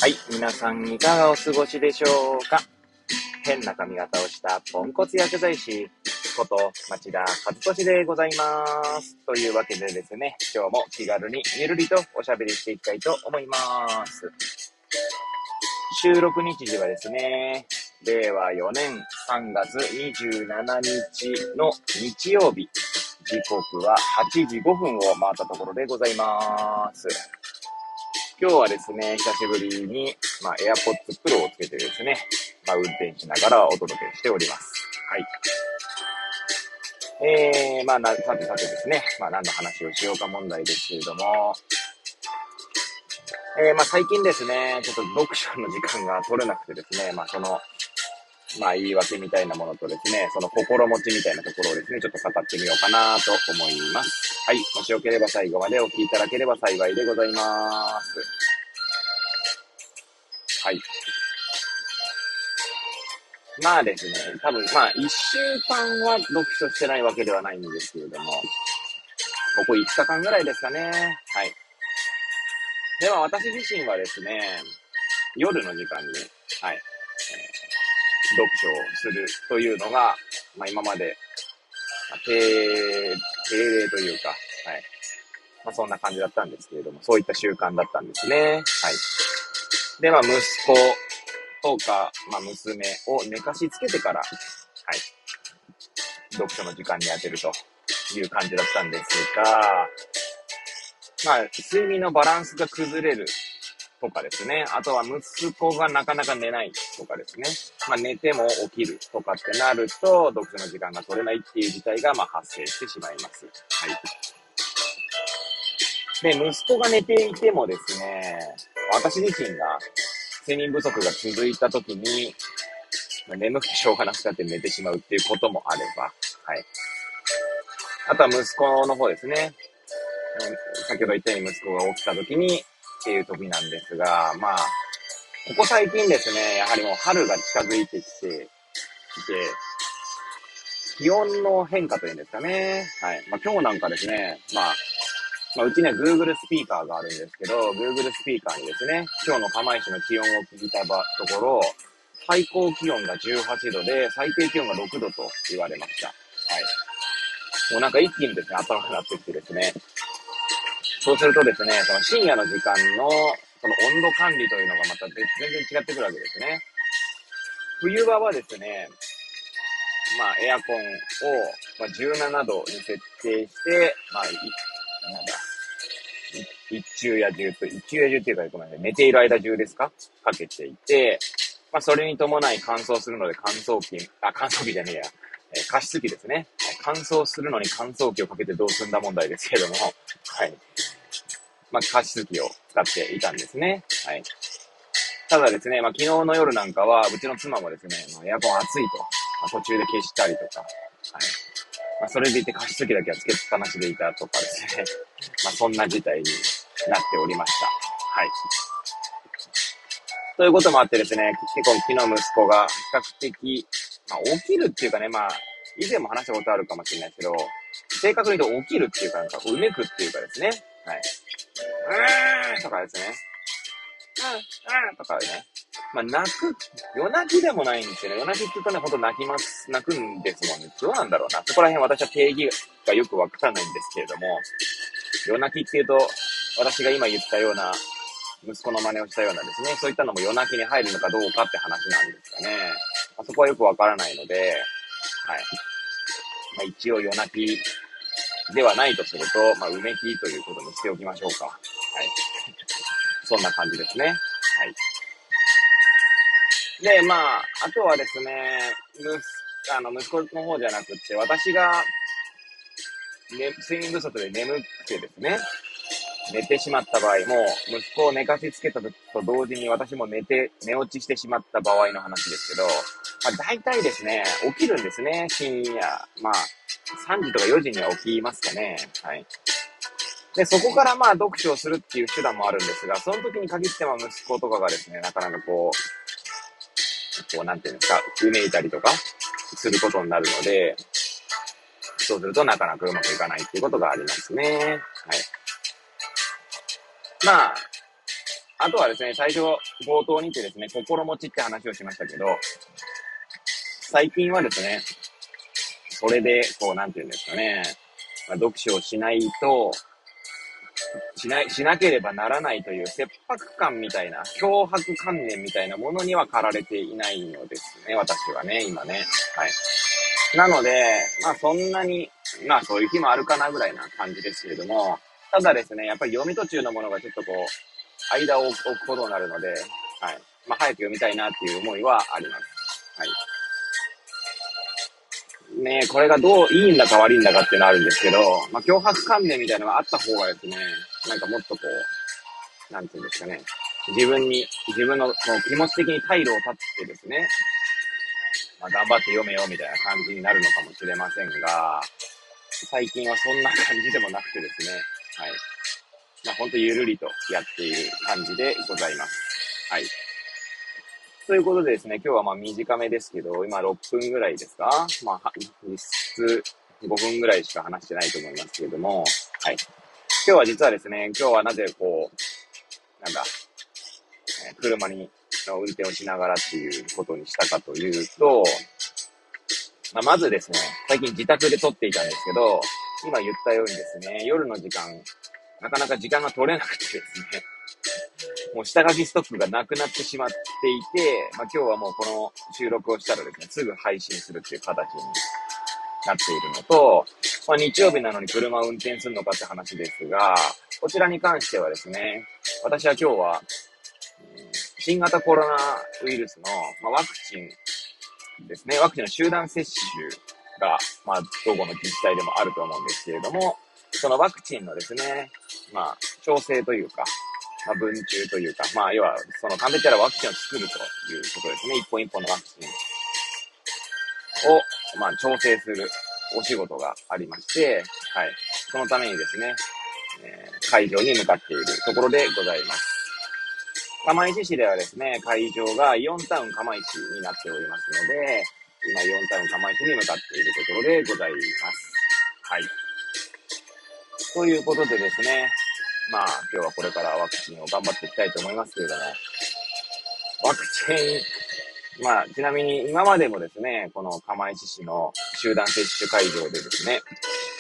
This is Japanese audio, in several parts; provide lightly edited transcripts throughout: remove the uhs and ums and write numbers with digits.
はい、皆さんいかがお過ごしでしょうか。変な髪型をしたポンコツ薬剤師こと町田和俊でございます。というわけでですね、今日も気軽にゆるりとおしゃべりしていきたいと思います。収録日時はですね、令和4年3月27日の日曜日、時刻は8時5分を回ったところでございます。今日はですね、久しぶりに、AirPods Pro をつけてですね、運転しながらお届けしております。はい。さてですね、何の話をしようか問題ですけれども、最近ですね、ちょっと読書の時間が取れなくてですね、言い訳みたいなものとですね、その心持ちみたいなところをですね、ちょっと語ってみようかなと思います。はい。もしよければ最後までお聞きいただければ幸いでございます。はい。まあですね、多分一週間は読書してないわけではないんですけれども、ここ5日間ぐらいですかね。はい。では私自身はですね、夜の時間に、はい、読書をするというのが、今まで、定例というか、はい。そんな感じだったんですけれども、そういった習慣だったんですね。はい。で、息子とか、娘を寝かしつけてから、はい。読書の時間に当てるという感じだったんですが、睡眠のバランスが崩れるとかですね。あとは息子がなかなか寝ないとかですね。寝ても起きるとかってなると、読書の時間が取れないっていう事態が発生してしまいます。はい。で、息子が寝ていてもですね、私自身が睡眠不足が続いた時に、眠くてしょうがなくなって寝てしまうっていうこともあれば、はい。あとは息子の方ですね。先ほど言ったように息子が起きた時にっていう時なんですが、ここ最近ですね、やはりもう春が近づいてきていて、気温の変化というんですかね。はい。今日なんかですね、うちには Google スピーカーがあるんですけど、Google スピーカーにですね、今日の釜石の気温を聞いたところ、最高気温が18度で、最低気温が6度と言われました。はい。もうなんか一気にですね、暖かくなってきてですね、そうするとですね、その深夜の時間のその温度管理というのがまた全然違ってくるわけですね。冬場はですね、エアコンを17度に設定して、一昼夜中っていうか、ごめんなさい、寝ている間中ですかかけていて、それに伴い乾燥するので乾燥機じゃねえや。加湿器ですね。乾燥するのに乾燥機をかけてどうすんだ問題ですけれども、はい。加湿器を使っていたんですね。はい。ただですね、昨日の夜なんかは、うちの妻もですね、エアコン暑いと、途中で消したりとか、はい。それでいて加湿器だけはつけっぱなしでいたとかですね、そんな事態になっておりました。はい。ということもあってですね、結構昨日息子が比較的、起きるっていうかね、以前も話したことあるかもしれないですけど、正確に言うと起きるっていうか、うめくっていうかですね、はい。とかですね。とかね。夜泣きでもないんですよね。夜泣きって言うとね、ほんと泣くんですもんね。どうなんだろうな。そこら辺私は定義がよくわからないんですけれども、夜泣きって言うと、私が今言ったような、息子の真似をしたようなですね、そういったのも夜泣きに入るのかどうかって話なんですかね。そこはよくわからないので、はい。一応夜泣きではないとすると、うめきということにしておきましょうか。はい。そんな感じですね。はい。で、あとはですね、息子の方じゃなくって、私が、睡眠不足で眠くてですね、寝てしまった場合、もう息子を寝かしつけたと同時に私も寝落ちしてしまった場合の話ですけど、大体ですね、起きるんですね、深夜。3時とか4時には起きますかね。はい。で、そこから読書をするっていう手段もあるんですが、その時に限っては息子とかがですね、なかなかなんていうんですか、うめいたりとかすることになるので、そうするとなかなかうまくいかないっていうことがありますね。はい。 あとはですね、最初、冒頭にてですね、心持ちって話をしましたけど、最近はですね、それで、なんていうんですかね、読書をしないと、しなければならないという切迫感みたいな、脅迫観念みたいなものには駆られていないのですね、私はね、今ね。はい。なので、そんなに、そういう日もあるかなぐらいな感じですけれども、ただですね、やっぱり読み途中のものがちょっと間を置くことになるので、はい。早く読みたいなっていう思いはあります。はい。ねこれがいいんだか悪いんだかっていうのはあるんですけど、脅迫観念みたいなのがあった方がですね、なんかもっとなんていうんですかね、自分の気持ち的に退路を断ってですね、頑張って読めよみたいな感じになるのかもしれませんが、最近はそんな感じでもなくてですね、はい。ほんとゆるりとやっている感じでございます。はい。ということでですね、今日は短めですけど、今6分ぐらいですか実質5分ぐらいしか話してないと思いますけれども、はい。今日は実はですね、今日はなぜ車の運転をしながらっていうことにしたかというと、まずですね、最近自宅で撮っていたんですけど、今言ったようにですね、夜の時間、なかなか時間が取れなくてですね、もう下書きストックがなくなってしまっていて、今日はもうこの収録をしたらですね、すぐ配信するっていう形になっているのと、日曜日なのに車を運転するのかって話ですが、こちらに関してはですね、私は今日は、新型コロナウイルスの、ワクチンですね、ワクチンの集団接種が、どこの自治体でもあると思うんですけれども、そのワクチンのですね、調整というか、分中というか、要は、その簡単に言ったらワクチンを作るということですね。一本一本のワクチンを、調整するお仕事がありまして、はい。そのためにですね、会場に向かっているところでございます。釜石市ではですね、会場がイオンタウン釜石になっておりますので、今イオンタウン釜石に向かっているところでございます。はい。ということでですね、今日はこれからワクチンを頑張っていきたいと思いますけれども、ワクチン、ちなみに今までもですね、この釜石市の集団接種会場でですね、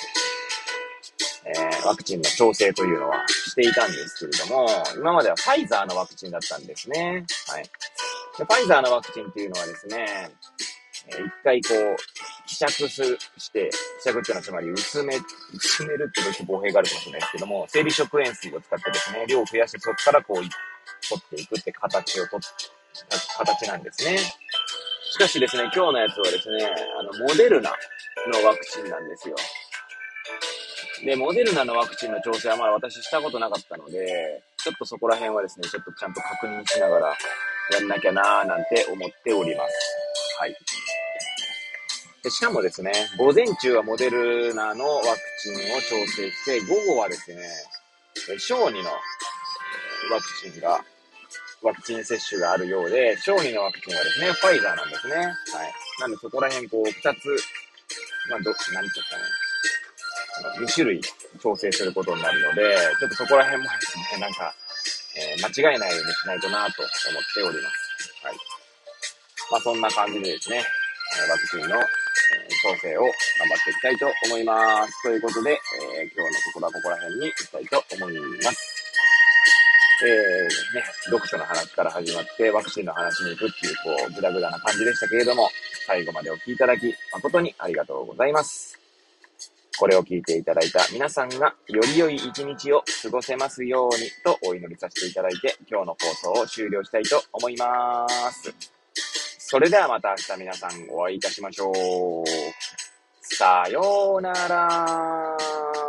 ワクチンの調整というのはしていたんですけれども、今まではファイザーのワクチンだったんですね。はい。でファイザーのワクチンっていうのはですね、一回希釈して、希釈っていうのはつまり薄めるってちょっと語弊があるかもしれないですけども、生理食塩水を使ってですね、量を増やしてそこから取っていくって形なんですね。しかしですね、今日のやつはですね、モデルナのワクチンなんですよ。で、モデルナのワクチンの調整は私したことなかったので、ちょっとそこら辺はですね、ちょっとちゃんと確認しながらやんなきゃなーなんて思っております。はい。でしかもですね、午前中はモデルナのワクチンを調整して、午後はですね、小児のワクチン接種があるようで、小児のワクチンはですね、ファイザーなんですね。はい。なんでそこら辺二つ、何て言ったかね、2種類調整することになるので、ちょっとそこら辺もですね、間違えないようにしないとなと思っております。はい。そんな感じでですね、ワクチンの調整を頑張っていきたいと思います。ということで、今日のところはここら辺に行きたいと思います。読書の話から始まってワクチンの話に行くっていうグダグダな感じでしたけれども、最後までお聞きいただき誠にありがとうございます。これを聞いていただいた皆さんがより良い一日を過ごせますようにとお祈りさせていただいて、今日の放送を終了したいと思います。それではまた明日皆さんお会いいたしましょう。さようなら。